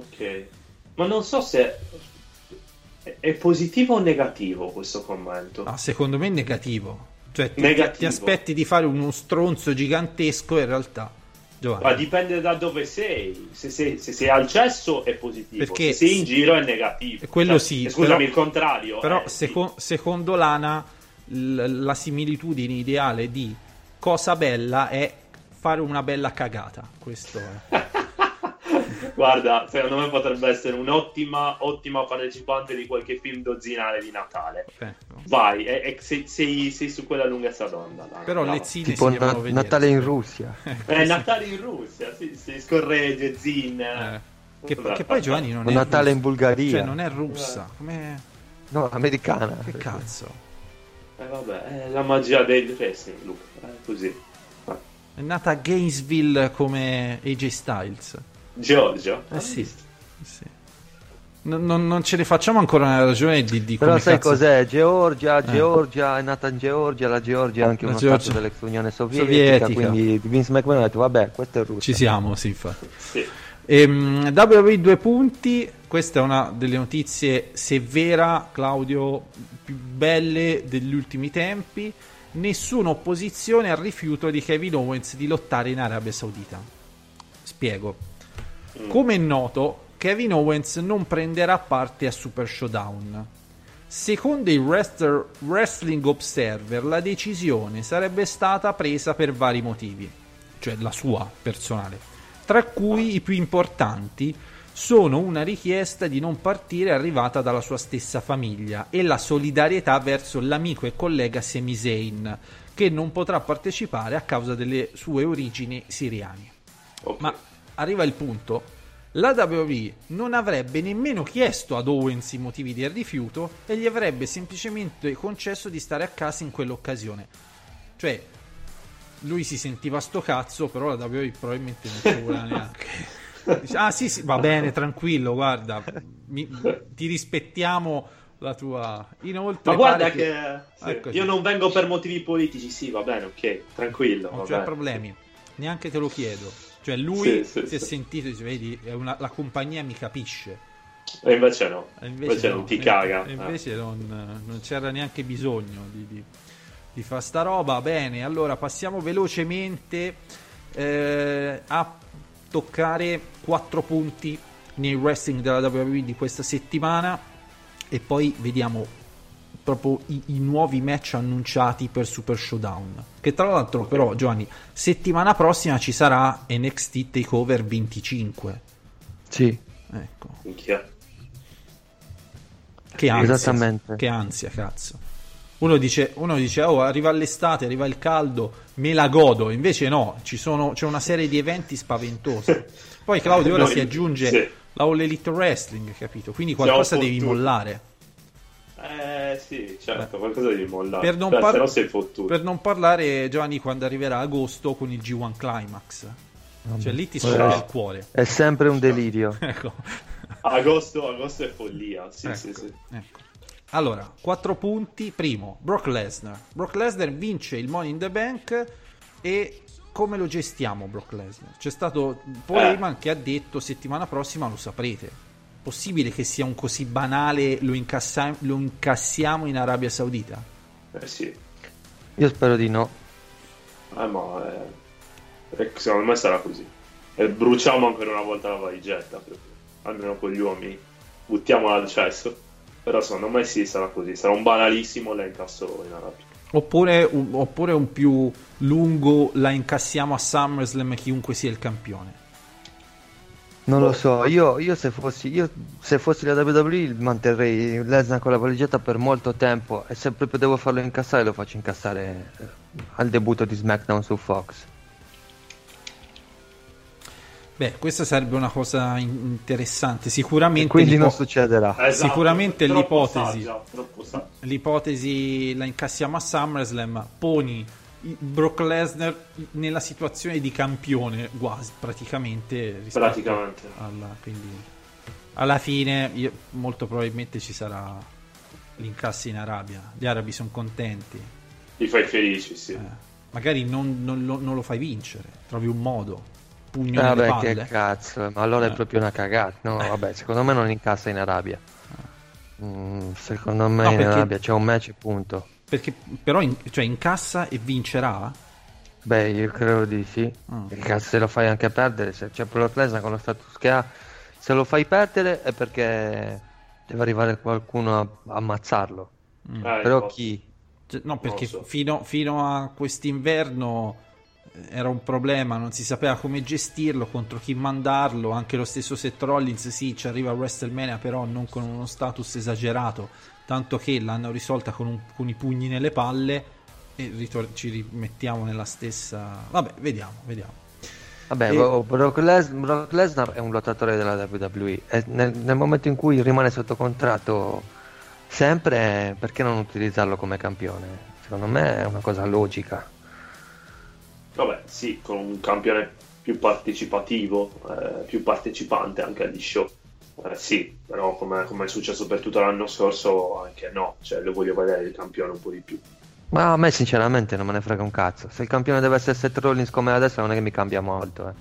Ma non so se è positivo o negativo questo commento. Secondo me è negativo. Cioè ti aspetti di fare uno stronzo gigantesco e in realtà, Giovanni, ma dipende da dove sei. Se sei al cesso è positivo, perché se sei in giro è negativo. Quello sì. Scusami, il contrario. Però secondo Lana la similitudine ideale di cosa bella è fare una bella cagata. Questo è. Guarda, secondo me potrebbe essere un'ottima partecipante di qualche film dozzinale di Natale. Vai, sei su quella lunghezza d'onda. Però le zine tipo si devono vedere. Natale in Russia. Natale in Russia, si scorregge, zin. Che poi Giovanni non è Natale russa. in Bulgaria. Cioè non è russa. Come... No, americana. Che cazzo? Vabbè, è la magia del wrestling, Luca. Così. È nata a Gainesville come AJ Styles. Georgia? Sì. Non ce ne facciamo ancora una ragione di però come sai cazzo... cos'è? Georgia è nata in Georgia, la Georgia è anche uno stato dell'ex Unione Sovietica. Quindi Vince McMahon ha detto vabbè, questo è russo. Ci siamo, sì, infatti. Sì. WWE 2 punti, questa è una delle notizie, se vera, Claudio, più belle degli ultimi tempi. Nessuna opposizione al rifiuto di Kevin Owens di lottare in Arabia Saudita. Spiego. Come è noto, Kevin Owens non prenderà parte a Super Showdown. Secondo il Wrestling Observer, la decisione sarebbe stata presa per vari motivi, cioè la sua personale, tra cui i più importanti sono una richiesta di non partire arrivata dalla sua stessa famiglia e la solidarietà verso l'amico e collega Sami Zayn, che non potrà partecipare a causa delle sue origini siriane. Ok. Ma arriva il punto, la WWE non avrebbe nemmeno chiesto ad Owens i motivi del rifiuto e gli avrebbe semplicemente concesso di stare a casa in quell'occasione. Cioè, lui si sentiva sto cazzo, però la WWE probabilmente non ci voleva neanche. Dice, ah sì, va bene, tranquillo, guarda, ti rispettiamo la tua... Inoltre, ma guarda pare che sì, ecco, io non vengo per motivi politici, sì, va bene, ok, tranquillo. non va c'è bene. problemi, neanche te lo chiedo. Cioè lui Sì, si è sì. sentito, dice, vedi, la compagnia mi capisce. E invece no, E invece no, non ti caga. e invece non c'era neanche bisogno di fare sta roba. Bene, allora passiamo velocemente a toccare 4 punti nel wrestling della WWE di questa settimana e poi vediamo proprio i nuovi match annunciati per Super Showdown, che tra l'altro però, Giovanni, settimana prossima ci sarà NXT TakeOver 25. Sì, Ecco, Minchia. che ansia, esattamente. che ansia, cazzo. Uno dice oh, arriva l'estate, arriva il caldo, me la godo. Invece no, c'è una serie di eventi spaventosi. Poi Claudio ora No, si aggiunge sì. la All Elite Wrestling, capito? Quindi qualcosa Siamo devi fottuti. mollare. Sì, certo, qualcosa devi mollare. Per non, se no sei fottuto. per non parlare, Giovanni, quando arriverà agosto con il G1 Climax. Cioè lì ti sfoglia il cuore. È sempre un delirio. Ecco. Agosto è follia. Sì, Ecco, sì, sì. ecco. Allora, 4 punti. Primo, Brock Lesnar. Brock Lesnar vince il Money in the Bank. E come lo gestiamo Brock Lesnar? C'è stato Paul Heyman che ha detto settimana prossima lo saprete. Possibile che sia un così banale lo incassiamo in Arabia Saudita? Sì. Io spero di no. Secondo me sarà così. E bruciamo ancora una volta la valigetta, proprio. Almeno con gli uomini. Buttiamola al cesso. Però secondo me sì, sarà così. Sarà un banalissimo la incasso in Arabia. Oppure un più lungo la incassiamo a SummerSlam chiunque sia il campione. Non lo so, io se fossi la WWE manterrei Lesnar con la valigetta per molto tempo e se proprio devo farlo incassare lo faccio incassare al debutto di SmackDown su Fox. Beh, questa sarebbe una cosa interessante. Sicuramente E quindi non succederà. Esatto, Sicuramente troppo l'ipotesi. saggia, troppo saggia. L'ipotesi la incassiamo a SummerSlam, poni Brock Lesnar nella situazione di campione quasi praticamente rispetto quindi alla fine molto probabilmente ci sarà l'incasso in Arabia. Gli arabi sono contenti, Li fai felici, sì. magari non lo fai vincere, trovi un modo, pugno nelle palle. Che cazzo, ma allora è proprio una cagata. No, vabbè, secondo me non incassa in Arabia. Secondo me No, in perché- Arabia c'è un match e punto. Perché però incassa e vincerà. Beh, io credo di sì. Che cazzo, se lo fai anche perdere, se c'è Brock Lesnar con lo status che ha, se lo fai perdere è perché deve arrivare qualcuno a ammazzarlo. Però chi? No, perché Non so. fino a quest'inverno era un problema, non si sapeva come gestirlo, contro chi mandarlo. Anche lo stesso Seth Rollins, sì, ci arriva a WrestleMania, però non con uno status esagerato, tanto che l'hanno risolta con i pugni nelle palle e ci rimettiamo nella stessa... Vabbè, vediamo. Vabbè, E- Brock Lesnar è un lottatore della WWE e nel momento in cui rimane sotto contratto sempre, perché non utilizzarlo come campione? Secondo me è una cosa logica. Vabbè, sì, con un campione più partecipativo, più partecipante anche agli show. Sì, però come è successo per tutto l'anno scorso, anche no. Cioè, lo voglio vedere il campione un po' di più. Ma a me sinceramente non me ne frega un cazzo. Se il campione deve essere Seth Rollins come adesso non è che mi cambia molto.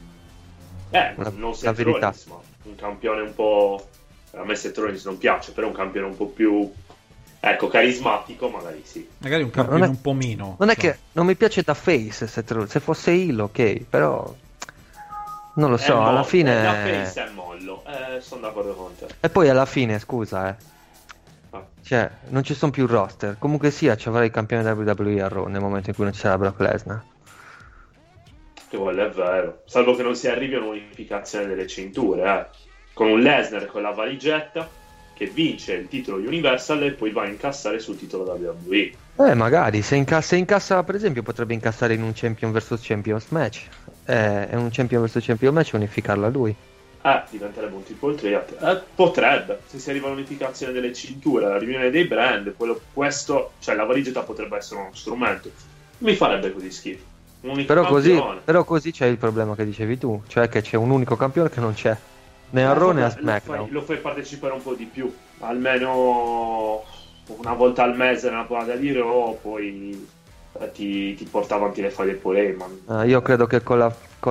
Non la Seth verità. Rollins, ma un campione un po'... A me Seth Rollins non piace, però un campione un po' più... Ecco, carismatico magari sì. Magari un campione non è- un po' meno. Non è che non mi piace da face Seth Rollins. Se fosse heel ok, però non lo so, alla fine... La face è mollo, sono d'accordo con te. E poi alla fine, scusa, Ah. cioè, non ci sono più roster. Comunque sia, ci avrà il campione WWE a Raw nel momento in cui non ci sarà Brock Lesnar. Che quello è vero. Salvo che non si arrivi a un'unificazione delle cinture, Con un Lesnar con la valigetta, che vince il titolo Universal e poi va a incassare sul titolo WWE. Magari se incassa, per esempio, potrebbe incassare in un Champion vs Champions match. È un Champion vs Champion match, unificarla a lui. Diventerebbe un triple threat. Potrebbe, se si arriva all'unificazione delle cinture, alla riunione dei brand, questo, cioè la valigetta potrebbe essere uno strumento. Mi farebbe così schifo. Però così c'è il problema che dicevi tu, cioè che c'è un unico campione che non c'è né a Raw né a SmackDown. Lo fai partecipare un po' di più, almeno una volta al mese nella puntata di Raw, poi ti porta avanti le file del Poleman. Io credo che con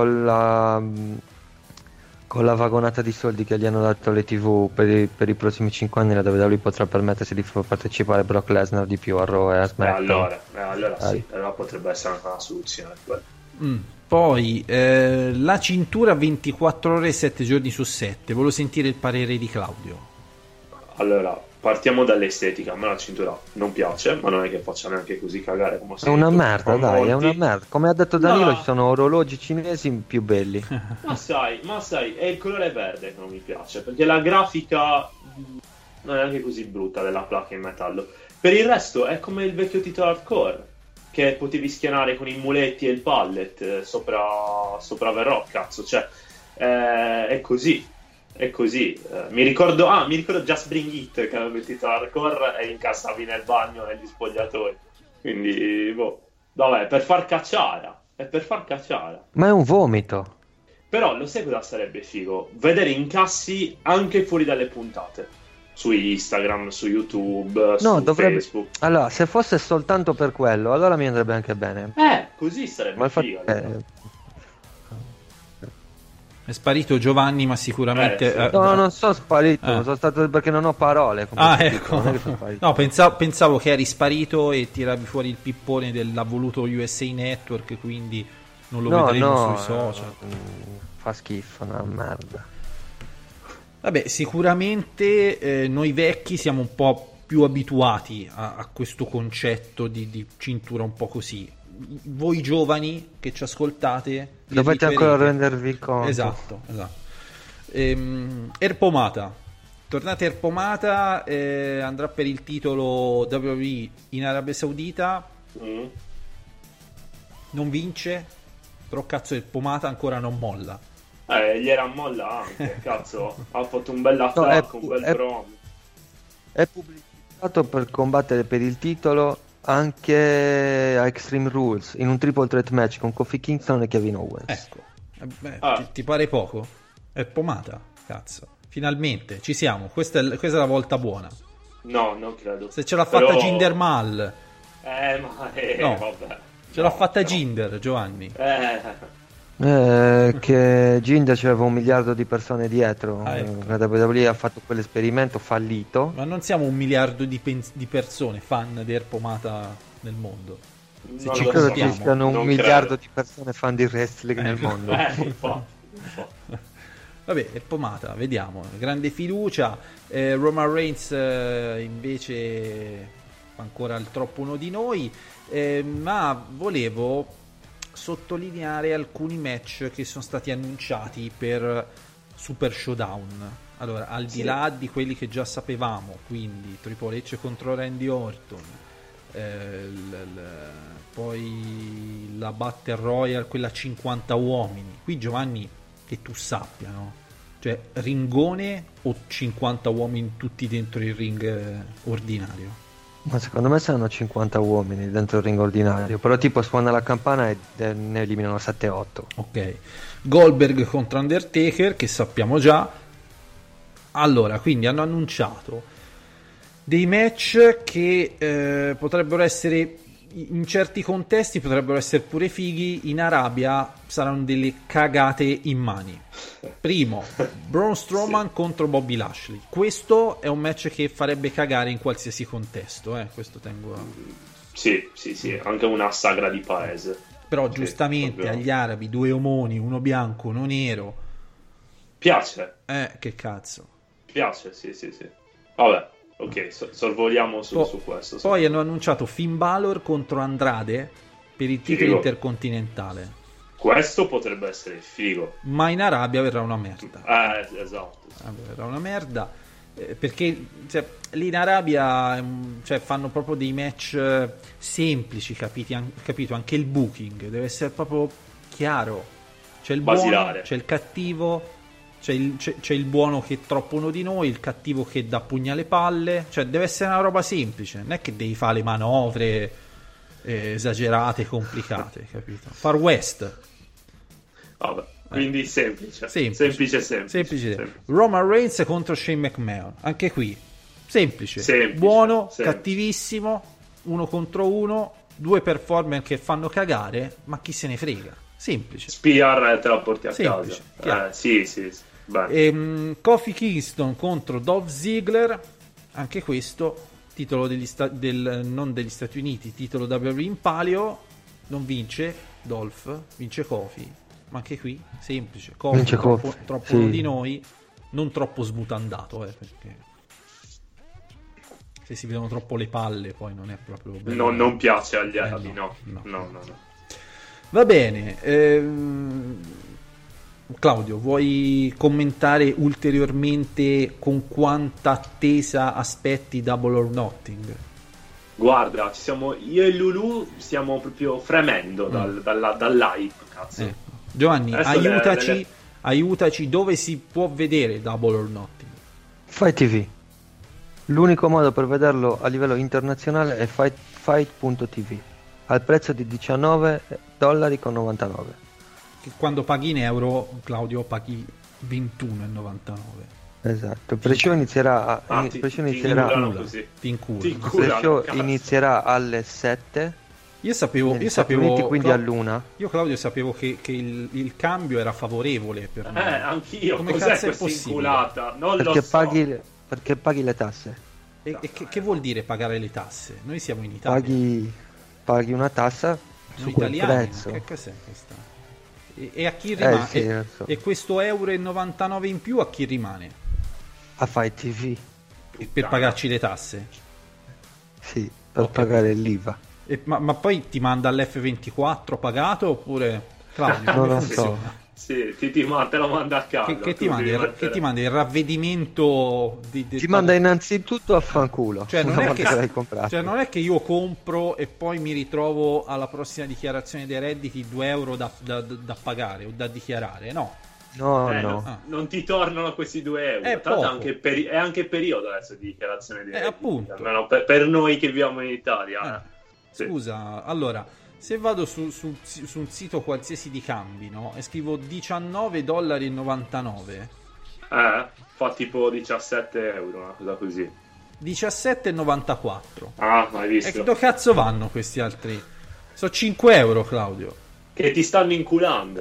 la vagonata di soldi che gli hanno dato le TV per i prossimi 5 anni, la WWE potrà permettersi di far partecipare Brock Lesnar di più a Raw e a SmackDown. Allora sì, allora potrebbe essere anche una soluzione. Poi la cintura 24 ore e 7 giorni su 7. Volevo sentire il parere di Claudio. Allora, partiamo dall'estetica. A me la cintura non piace, ma non è che faccia neanche così cagare come è una merda, dai, è una merda. Come ha detto Danilo, ci sono orologi cinesi più belli. ma sai, è il colore verde che non mi piace, perché la grafica non è neanche così brutta della placca in metallo. Per il resto è come il vecchio titolo hardcore, che potevi schianare con i muletti e il pallet sopra Verrò, cazzo, cioè è così. Mi ricordo Just Bring It, che aveva il titolo hardcore e incassavi nel bagno negli spogliatoi, quindi vabbè, per far cacciara, ma è un vomito. Però lo sai cosa sarebbe figo? Vedere incassi anche fuori dalle puntate, su Instagram, su YouTube, Facebook. Allora, se fosse soltanto per quello, allora mi andrebbe anche bene. Così sarebbe figo. È sparito Giovanni, ma sicuramente... sì. No, non sono sparito, sono stato perché non ho parole. Ecco. No, pensavo che eri sparito e tiravi fuori il pippone dell'ha voluto USA Network, quindi non lo vedremo sui social. Fa schifo, una merda. Vabbè, sicuramente noi vecchi siamo un po' più abituati a questo concetto di cintura un po' così. Voi giovani che ci ascoltate dovete ancora rendervi conto. Esatto. Erpomata, tornate Erpomata, andrà per il titolo WWE in Arabia Saudita. Non vince, però cazzo Erpomata ancora non molla. Gli era molla anche, cazzo, ha fatto un bel attacco, un bel promo. È pubblicizzato per combattere per il titolo anche a Extreme Rules in un triple threat match con Kofi Kingston e Kevin Owens. Ecco, ti pare poco? È Pomata, cazzo. Finalmente ci siamo. Questa è la volta buona. No, non credo. Se ce l'ha fatta Jinder Mahal. No. Vabbè. Ce l'ha fatta Jinder, Giovanni. Che Jinder c'aveva 1 miliardo di persone dietro. Ecco. La WWE ha fatto quell'esperimento fallito. Ma non siamo 1 miliardo di persone fan di Erpomata nel mondo. Se ci credo ci siano 1 miliardo di persone fan di wrestling nel mondo. Vabbè, Erpomata, vediamo. Grande fiducia. Roman Reigns invece ancora il troppo uno di noi. Ma volevo sottolineare alcuni match che sono stati annunciati per Super Showdown. Allora, al di là di quelli che già sapevamo, quindi Triple H contro Randy Orton, poi la Battle Royale, quella a 50 uomini. Qui, Giovanni, che tu sappia, no? Cioè, ringone o 50 uomini tutti dentro il ring ordinario? Ma secondo me saranno 50 uomini dentro il ring ordinario. Però tipo suona la campana e ne eliminano 7-8. Ok. Goldberg contro Undertaker, che sappiamo già. Allora, quindi hanno annunciato dei match che potrebbero essere, in certi contesti potrebbero essere pure fighi. In Arabia saranno delle cagate in mani. Primo, Braun Strowman contro Bobby Lashley. Questo è un match che farebbe cagare in qualsiasi contesto, questo tengo a... Sì, anche una sagra di paese. Però giustamente proprio... agli arabi 2 omoni, uno bianco, uno nero. Piace. Che cazzo. Piace, sì. Vabbè, ok, sorvoliamo su questo. Poi hanno annunciato Finn Balor contro Andrade per il titolo intercontinentale. Questo potrebbe essere figo. Ma in Arabia verrà una merda. Esatto. Verrà una merda. perché cioè, lì in Arabia cioè, fanno proprio dei match semplici, capito? Anche il booking deve essere proprio chiaro, c'è il basilare, buono, c'è il cattivo, c'è il buono che è troppo uno di noi, il cattivo che dà pugni alle palle, cioè deve essere una roba semplice, non è che devi fare le manovre esagerate, complicate, capito? Far West. Vabbè, quindi semplice. Roman Reigns contro Shane McMahon, anche qui semplice. Buono, cattivissimo, 1 contro 1, 2 performer che fanno cagare, ma chi se ne frega, semplice. Spear te la porti a semplice, casa. Sì. Kofi Kingston contro Dolph Ziggler, anche questo titolo non degli Stati Uniti, titolo WWE in palio, non vince Dolph, vince Kofi, ma anche qui semplice, Kofi troppo sì. Uno di noi, non troppo smutandato, perché se si vedono troppo le palle poi non è proprio bello. Non piace agli arabi, no. Va bene, Claudio, vuoi commentare ulteriormente con quanta attesa aspetti Double or Nothing? Guarda, io e Lulu stiamo proprio fremendo dall'hype, cazzo. Giovanni, aiutaci dove si può vedere Double or Nothing? Fight TV. L'unico modo per vederlo a livello internazionale è fight.tv al prezzo di $19,99. Che quando paghi in euro, Claudio, paghi $21,99. Esatto, il pre-show inizierà inizierà alle 7. Io sapevo quindi all'1. Io, Claudio, sapevo che il cambio era favorevole per me. Anch'io. Come cos'è cazzo è questa possibile? Inculata? Non perché lo so. Perché paghi le tasse. E che vuol dire pagare le tasse? Noi siamo in Italia. Paghi una tassa su quel prezzo. Che cos'è questa? E a chi rimane? Sì, so. E questo €1,99 in più a chi rimane? A Fight TV. Per pagarci le tasse? Sì, per pagare l'IVA. Ma poi ti manda all'F24 pagato oppure, Claudio? Non lo so. Sì, te lo manda a casa. Che ti manda il ravvedimento ti manda innanzitutto a fanculo. Cioè non è che io compro e poi mi ritrovo alla prossima dichiarazione dei redditi €2 da pagare o da dichiarare, no. No. Non ti tornano questi €2. Tra l'altro è anche periodo adesso di dichiarazione dei redditi, appunto. Almeno per noi che viviamo in Italia. Sì. Scusa, allora, se vado su un sito qualsiasi di cambi, no? E scrivo $19,99. Fa tipo €17, una cosa così. 17,94. Hai visto? E che dove cazzo vanno questi altri? Sono €5, Claudio. Che ti stanno inculando.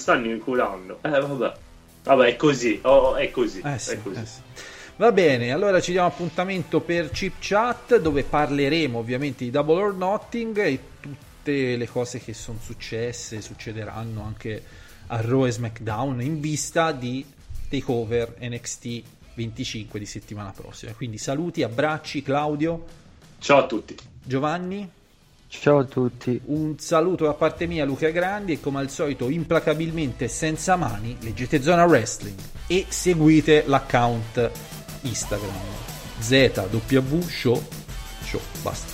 Vabbè, è così. È così. Sì. Va bene, allora ci diamo appuntamento per Chip Chat, dove parleremo ovviamente di Double or Nothing e tutte le cose che sono succederanno anche a Raw e SmackDown in vista di Takeover NXT 25 di settimana prossima. Quindi saluti, abbracci, Claudio. Ciao a tutti. Giovanni. Ciao a tutti. Un saluto da parte mia, Luca Grandi, e come al solito implacabilmente senza mani leggete Zona Wrestling e seguite l'account Instagram ZW Show, basta.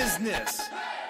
business.